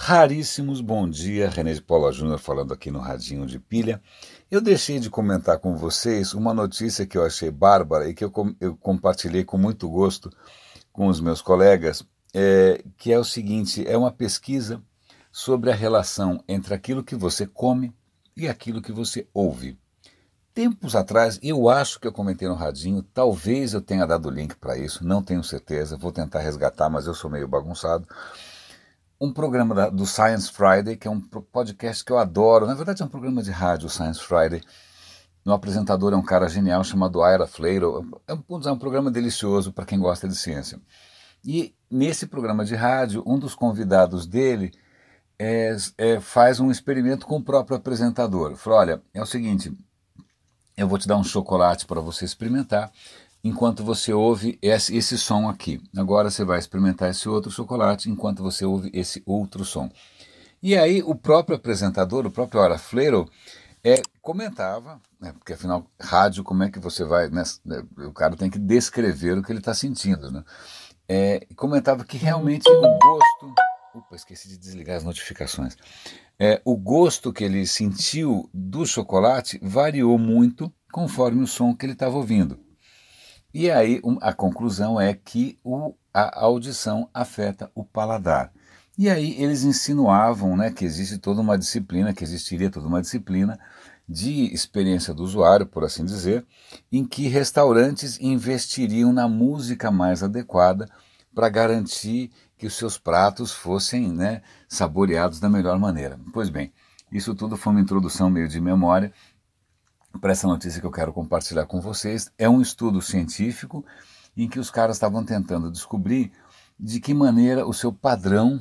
Raríssimos, bom dia, René de Paula Júnior falando aqui no Radinho de Pilha. Eu deixei de comentar com vocês uma notícia que eu achei bárbara e que eu compartilhei com muito gosto com os meus colegas, que é o seguinte, é uma pesquisa sobre a relação entre aquilo que você come e aquilo que você ouve. Tempos atrás, eu acho que eu comentei no Radinho, talvez eu tenha dado o link para isso, não tenho certeza, vou tentar resgatar, mas eu sou meio bagunçado. Um programa do Science Friday, que é um podcast que eu adoro, na verdade é um programa de rádio, o Science Friday. O apresentador é um cara genial chamado Ira Flatow, é um programa delicioso para quem gosta de ciência. E nesse programa de rádio, um dos convidados dele faz um experimento com o próprio apresentador. Fala, olha, é o seguinte, eu vou te dar um chocolate para você experimentar, enquanto você ouve esse som aqui. Agora você vai experimentar esse outro chocolate enquanto você ouve esse outro som. E aí o próprio apresentador, o próprio Ira Flatow, comentava, porque afinal, rádio, como é que você vai... o cara tem que descrever o que ele está sentindo. Né? Comentava que realmente o gosto... Opa, esqueci de desligar as notificações. O gosto que ele sentiu do chocolate variou muito conforme o som que ele estava ouvindo. E aí a conclusão é que a audição afeta o paladar. E aí eles insinuavam, que existe toda uma disciplina, que existiria toda uma disciplina de experiência do usuário, por assim dizer, em que restaurantes investiriam na música mais adequada para garantir que os seus pratos fossem saboreados da melhor maneira. Pois bem, isso tudo foi uma introdução meio de memória para essa notícia que eu quero compartilhar com vocês. É um estudo científico em que os caras estavam tentando descobrir de que maneira o seu padrão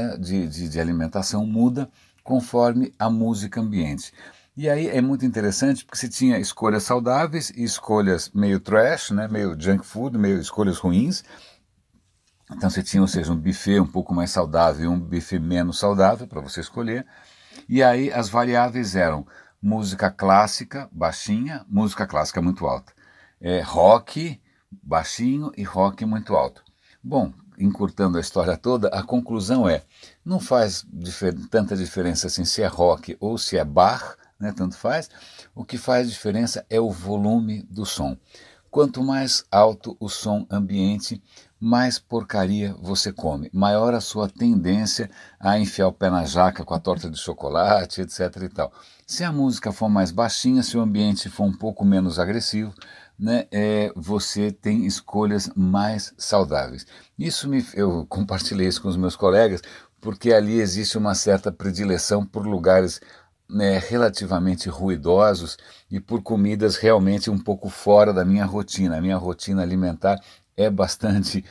de alimentação muda conforme a música ambiente. E aí é muito interessante porque você tinha escolhas saudáveis e escolhas meio trash, meio junk food, meio escolhas ruins. Então você tinha, ou seja, um buffet um pouco mais saudável e um buffet menos saudável para você escolher. E aí as variáveis eram música clássica, baixinha, música clássica muito alta. Rock, baixinho e rock muito alto. Bom, encurtando a história toda, a conclusão não faz tanta diferença assim se é rock ou se é bar, tanto faz. O que faz diferença é o volume do som. Quanto mais alto o som ambiente, mais porcaria você come, maior a sua tendência a enfiar o pé na jaca com a torta de chocolate, etc. e tal. Se a música for mais baixinha, se o ambiente for um pouco menos agressivo, você tem escolhas mais saudáveis. Eu compartilhei isso com os meus colegas, porque ali existe uma certa predileção por lugares relativamente ruidosos e por comidas realmente um pouco fora da minha rotina. A minha rotina alimentar é bastante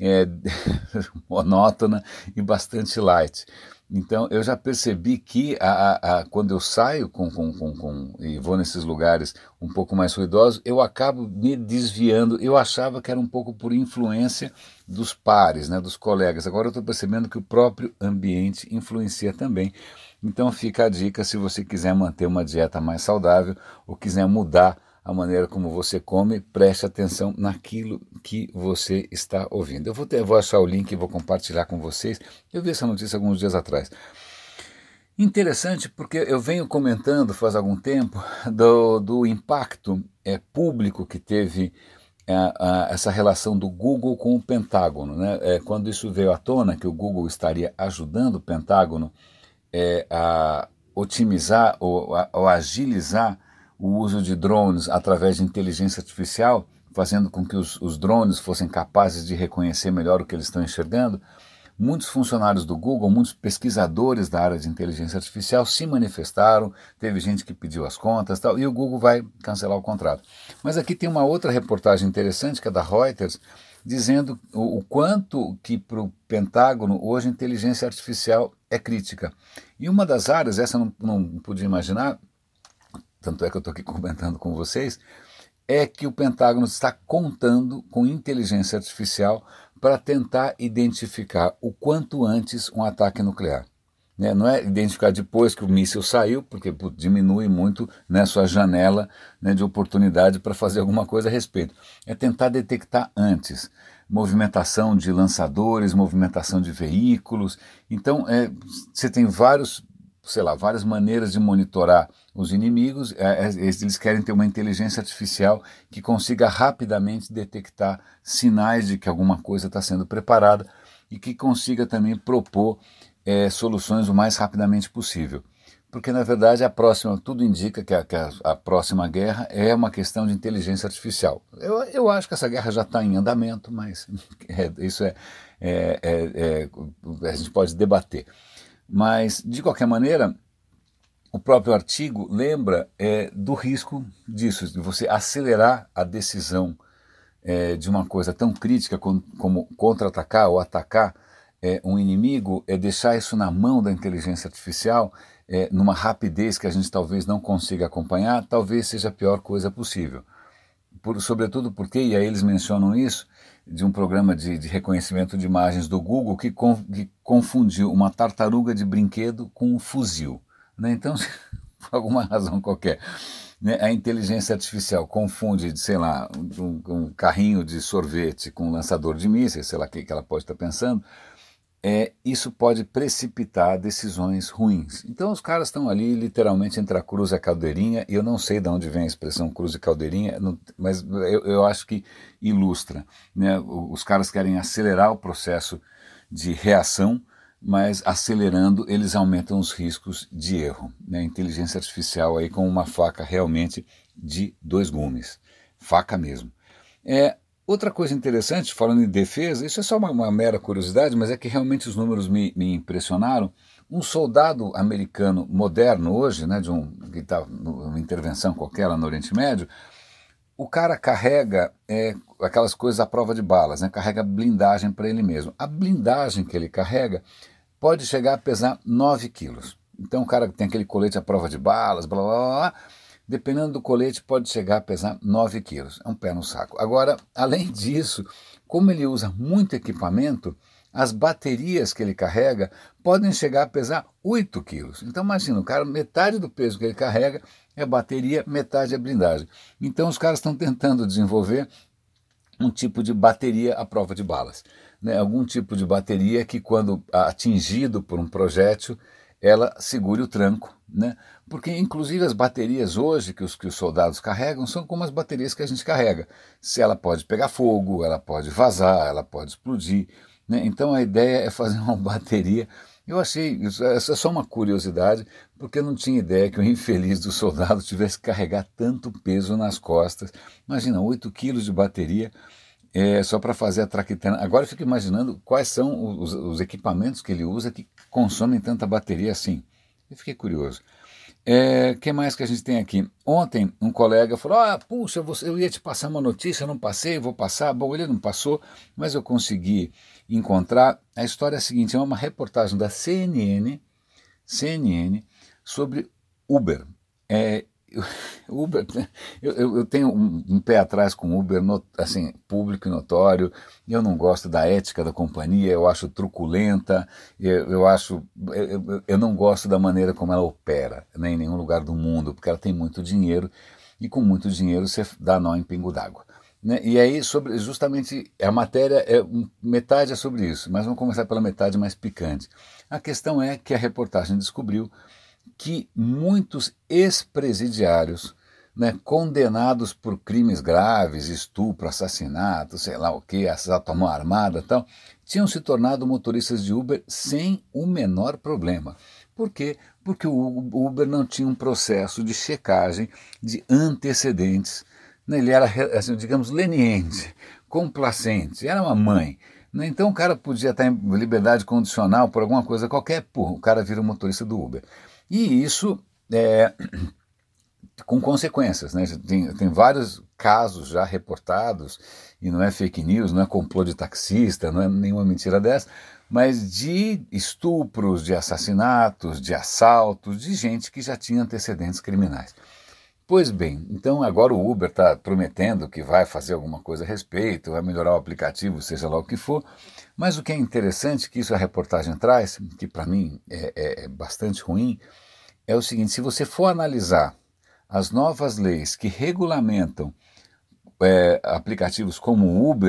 monótona e bastante light. Então eu já percebi que quando eu saio e vou nesses lugares um pouco mais ruidosos, eu acabo me desviando. Eu achava que era um pouco por influência dos pares, dos colegas. Agora eu estou percebendo que o próprio ambiente influencia também. Então fica a dica, se você quiser manter uma dieta mais saudável ou quiser mudar a maneira como você come, preste atenção naquilo que você está ouvindo. Eu vou achar o link e vou compartilhar com vocês. Eu vi essa notícia alguns dias atrás. Interessante porque eu venho comentando faz algum tempo do impacto público que teve essa relação do Google com o Pentágono. Quando isso veio à tona, que o Google estaria ajudando o Pentágono a otimizar ou agilizar o uso de drones através de inteligência artificial, fazendo com que os drones fossem capazes de reconhecer melhor o que eles estão enxergando, muitos funcionários do Google, muitos pesquisadores da área de inteligência artificial se manifestaram, teve gente que pediu as contas e o Google vai cancelar o contrato. Mas aqui tem uma outra reportagem interessante, que é da Reuters, dizendo o quanto que para o Pentágono hoje a inteligência artificial é crítica. E uma das áreas, essa eu não podia imaginar, tanto é que eu estou aqui comentando com vocês, é que o Pentágono está contando com inteligência artificial para tentar identificar o quanto antes um ataque nuclear. Não é identificar depois que o míssil saiu, porque diminui muito sua janela de oportunidade para fazer alguma coisa a respeito. É tentar detectar antes. movimentação de lançadores, movimentação de veículos. Então, você tem várias maneiras de monitorar os inimigos. Eles querem ter uma inteligência artificial que consiga rapidamente detectar sinais de que alguma coisa está sendo preparada e que consiga também propor soluções o mais rapidamente possível. Porque, na verdade, tudo indica que a próxima guerra é uma questão de inteligência artificial. Eu acho que essa guerra já está em andamento, mas isso a gente pode debater. Mas, de qualquer maneira, o próprio artigo lembra do risco disso, de você acelerar a decisão de uma coisa tão crítica como contra-atacar ou atacar um inimigo, deixar isso na mão da inteligência artificial, numa rapidez que a gente talvez não consiga acompanhar, talvez seja a pior coisa possível. Sobretudo porque, e aí eles mencionam isso, de um programa de reconhecimento de imagens do Google que confundiu uma tartaruga de brinquedo com um fuzil. Né? Então, por alguma razão qualquer, né, a inteligência artificial confunde, sei lá, um carrinho de sorvete com um lançador de mísseis, sei lá o que ela pode estar pensando, isso pode precipitar decisões ruins. Então os caras estão ali literalmente entre a cruz e a caldeirinha, e eu não sei de onde vem a expressão cruz e caldeirinha, mas eu acho que ilustra. Né? Os caras querem acelerar o processo de reação, mas acelerando eles aumentam os riscos de erro. Né? A inteligência artificial aí com uma faca realmente de dois gumes, faca mesmo. Outra coisa interessante, falando em defesa, isso é só uma mera curiosidade, mas é que realmente os números me impressionaram. Um soldado americano moderno hoje, né, que está numa intervenção qualquer lá no Oriente Médio, o cara carrega aquelas coisas à prova de balas, né, carrega blindagem para ele mesmo. A blindagem que ele carrega pode chegar a pesar 9 quilos. Então o cara tem aquele colete à prova de balas, blá blá blá, dependendo do colete, pode chegar a pesar 9 quilos. É um pé no saco. Agora, além disso, como ele usa muito equipamento, as baterias que ele carrega podem chegar a pesar 8 quilos. Então, imagina, o cara, metade do peso que ele carrega é bateria, metade é blindagem. Então, os caras estão tentando desenvolver um tipo de bateria à prova de balas. Né? Algum tipo de bateria que, quando atingido por um projétil, ela segure o tranco, né? Porque inclusive as baterias hoje que os soldados carregam são como as baterias que a gente carrega. Se ela pode pegar fogo, ela pode vazar, ela pode explodir, né? Então a ideia é fazer uma bateria. Eu achei, isso é só uma curiosidade, porque eu não tinha ideia que o infeliz do soldado tivesse que carregar tanto peso nas costas. Imagina, 8 quilos de bateria, só para fazer a traquitana. Agora eu fico imaginando quais são os equipamentos que ele usa que consomem tanta bateria assim. Eu fiquei curioso. Que mais que a gente tem aqui? Ontem um colega falou, puxa, eu ia te passar uma notícia, eu não passei, vou passar. Bom, ele não passou, mas eu consegui encontrar. A história é a seguinte, é uma reportagem da CNN sobre Uber. Uber, eu tenho um pé atrás com Uber, assim, público e notório. Eu não gosto da ética da companhia, eu acho truculenta, eu não gosto da maneira como ela opera, né, em nenhum lugar do mundo, porque ela tem muito dinheiro, e com muito dinheiro você dá nó em pingo d'água. Né? E aí, justamente, a matéria, metade é sobre isso, mas vamos começar pela metade mais picante. A questão é que a reportagem descobriu que muitos ex-presidiários, né, condenados por crimes graves, estupro, assassinato, sei lá o que, assalto à mão armada e tal, tinham se tornado motoristas de Uber sem o menor problema. Por quê? Porque o Uber não tinha um processo de checagem de antecedentes. Né? Ele era, assim, digamos, leniente, complacente, era uma mãe. Né? Então o cara podia estar em liberdade condicional por alguma coisa qualquer, o cara vira motorista do Uber. E isso com consequências, né? Tem vários casos já reportados, e não é fake news, não é complô de taxista, não é nenhuma mentira dessa, mas de estupros, de assassinatos, de assaltos, de gente que já tinha antecedentes criminais. Pois bem, então agora o Uber está prometendo que vai fazer alguma coisa a respeito, vai melhorar o aplicativo, seja lá o que for, mas o que é interessante, que isso a reportagem traz, que para mim é bastante ruim, é o seguinte, se você for analisar as novas leis que regulamentam aplicativos como o Uber,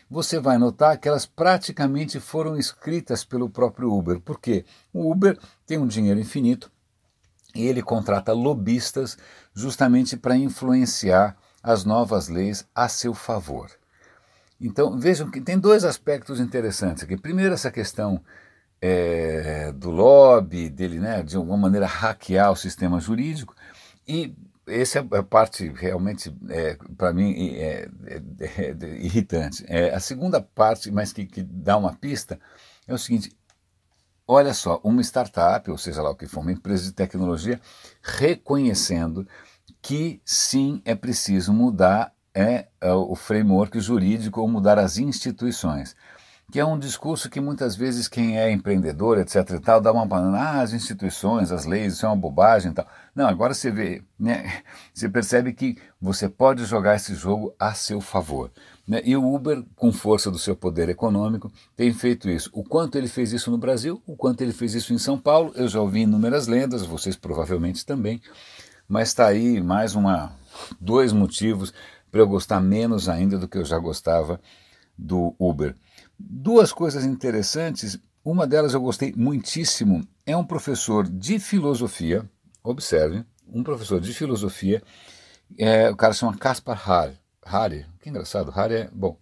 você vai notar que elas praticamente foram escritas pelo próprio Uber. Por quê? O Uber tem um dinheiro infinito e ele contrata lobistas justamente para influenciar as novas leis a seu favor. Então, vejam que tem dois aspectos interessantes aqui. Primeiro, essa questão do lobby, dele, né, de alguma maneira hackear o sistema jurídico, e essa é a parte realmente, para mim, irritante. A segunda parte, mas que dá uma pista, é o seguinte: olha só, uma startup, ou seja lá o que for, uma empresa de tecnologia, reconhecendo que sim é preciso mudar o framework jurídico ou mudar as instituições, que é um discurso que muitas vezes quem é empreendedor, etc e tal, dá uma banana, as instituições, as leis, isso é uma bobagem e tal. Não, agora você vê, né, você percebe que você pode jogar esse jogo a seu favor. Né? E o Uber, com força do seu poder econômico, tem feito isso. O quanto ele fez isso no Brasil, o quanto ele fez isso em São Paulo, eu já ouvi inúmeras lendas, vocês provavelmente também, mas está aí mais dois motivos para eu gostar menos ainda do que eu já gostava do Uber. Duas coisas interessantes, uma delas eu gostei muitíssimo, é um professor de filosofia, observe, um professor de filosofia, o cara se chama Kaspar Hari, que engraçado, Hari é bom.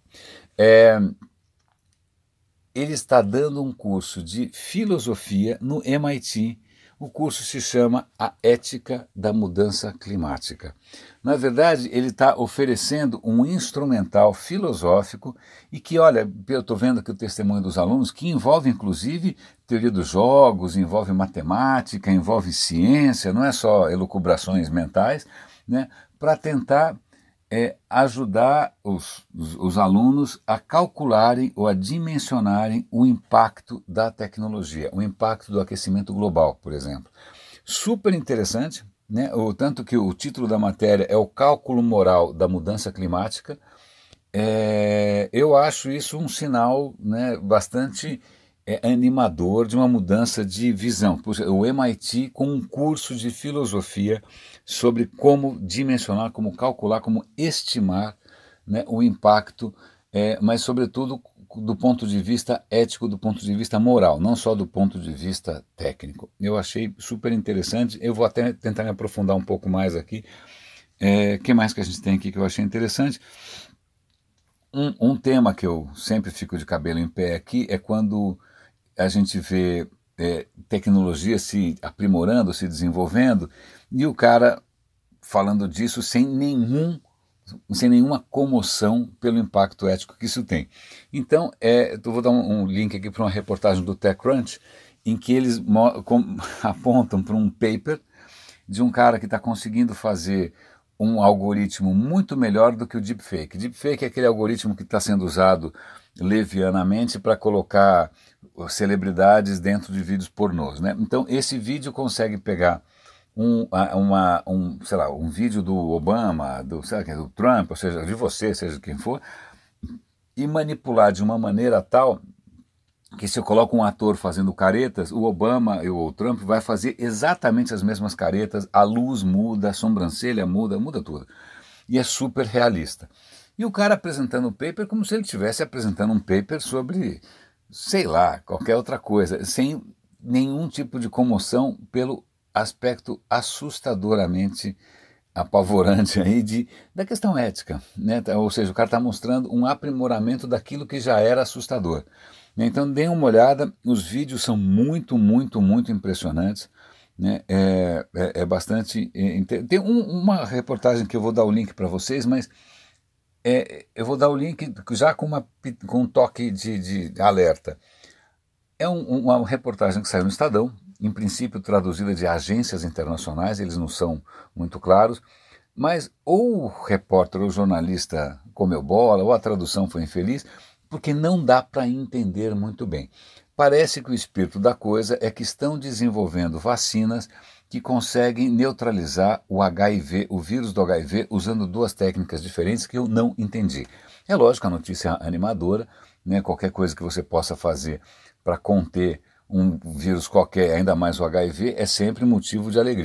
Ele está dando um curso de filosofia no MIT. O curso se chama A Ética da Mudança Climática. Na verdade, ele está oferecendo um instrumental filosófico e que, olha, eu estou vendo aqui o testemunho dos alunos, que envolve inclusive teoria dos jogos, envolve matemática, envolve ciência, não é só elucubrações mentais, né, para tentar ajudar os alunos a calcularem ou a dimensionarem o impacto da tecnologia, o impacto do aquecimento global, por exemplo. Super interessante, né? Tanto que o título da matéria é o cálculo moral da mudança climática. Eu acho isso um sinal, né, bastante animador de uma mudança de visão. O MIT com um curso de filosofia sobre como dimensionar, como calcular, como estimar, né, o impacto, mas sobretudo do ponto de vista ético, do ponto de vista moral, não só do ponto de vista técnico. Eu achei super interessante, eu vou até tentar me aprofundar um pouco mais aqui. O que mais que a gente tem aqui que eu achei interessante? Um tema que eu sempre fico de cabelo em pé aqui é quando a gente vê tecnologia se aprimorando, se desenvolvendo, e o cara falando disso sem nenhuma comoção pelo impacto ético que isso tem. Então, eu vou dar um link aqui para uma reportagem do TechCrunch, em que eles apontam para um paper de um cara que está conseguindo fazer um algoritmo muito melhor do que o deepfake. Deepfake é aquele algoritmo que está sendo usado levianamente para colocar celebridades dentro de vídeos pornôs, né? Então esse vídeo consegue pegar sei lá, um vídeo do Obama, do Trump, ou seja, de você, seja quem for, e manipular de uma maneira tal que se eu coloco um ator fazendo caretas, o Obama e o Trump vai fazer exatamente as mesmas caretas, a luz muda, a sobrancelha muda tudo. E é super realista. E o cara apresentando o paper como se ele estivesse apresentando um paper sobre, sei lá, qualquer outra coisa, sem nenhum tipo de comoção pelo aspecto assustadoramente apavorante aí da questão ética, né? Ou seja, o cara está mostrando um aprimoramento daquilo que já era assustador. Então deem uma olhada, os vídeos são muito impressionantes, né? Bastante. Tem uma reportagem que eu vou dar o link para vocês, mas eu vou dar o link já com um toque de alerta. É uma reportagem que saiu no Estadão, em princípio traduzida de agências internacionais, eles não são muito claros, mas ou o repórter ou o jornalista comeu bola, ou a tradução foi infeliz, porque não dá para entender muito bem. Parece que o espírito da coisa é que estão desenvolvendo vacinas que conseguem neutralizar o HIV, o vírus do HIV, usando duas técnicas diferentes que eu não entendi. É lógico, a notícia é animadora, né? Qualquer coisa que você possa fazer para conter um vírus qualquer, ainda mais o HIV, é sempre motivo de alegria.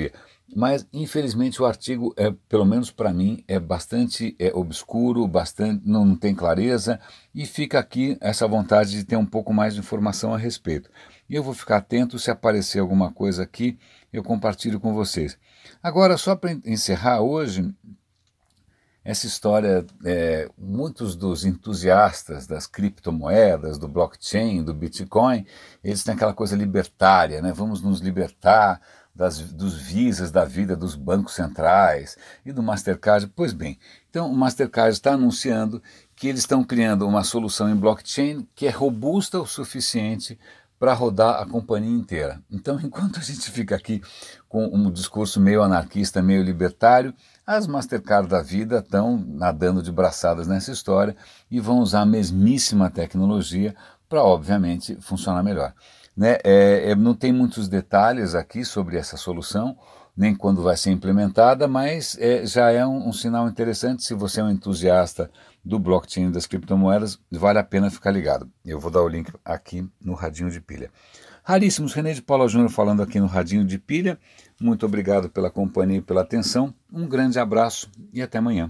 Mas, infelizmente, o artigo, pelo menos para mim, é bastante obscuro, bastante, não tem clareza, e fica aqui essa vontade de ter um pouco mais de informação a respeito. E eu vou ficar atento, se aparecer alguma coisa aqui, eu compartilho com vocês. Agora, só para encerrar hoje, essa história, muitos dos entusiastas das criptomoedas, do blockchain, do Bitcoin, eles têm aquela coisa libertária, né? Vamos nos libertar dos visas da vida dos bancos centrais e do Mastercard. Pois bem, então o Mastercard está anunciando que eles estão criando uma solução em blockchain que é robusta o suficiente para rodar a companhia inteira. Então, enquanto a gente fica aqui com um discurso meio anarquista, meio libertário, as Mastercard da vida estão nadando de braçadas nessa história e vão usar a mesmíssima tecnologia para, obviamente, funcionar melhor. Né? Não tem muitos detalhes aqui sobre essa solução, nem quando vai ser implementada, mas já é um sinal interessante. Se você é um entusiasta do blockchain das criptomoedas, vale a pena ficar ligado. Eu vou dar o link aqui no Radinho de Pilha. Raríssimos, René de Paula Júnior falando aqui no Radinho de Pilha. Muito obrigado pela companhia e pela atenção. Um grande abraço e até amanhã.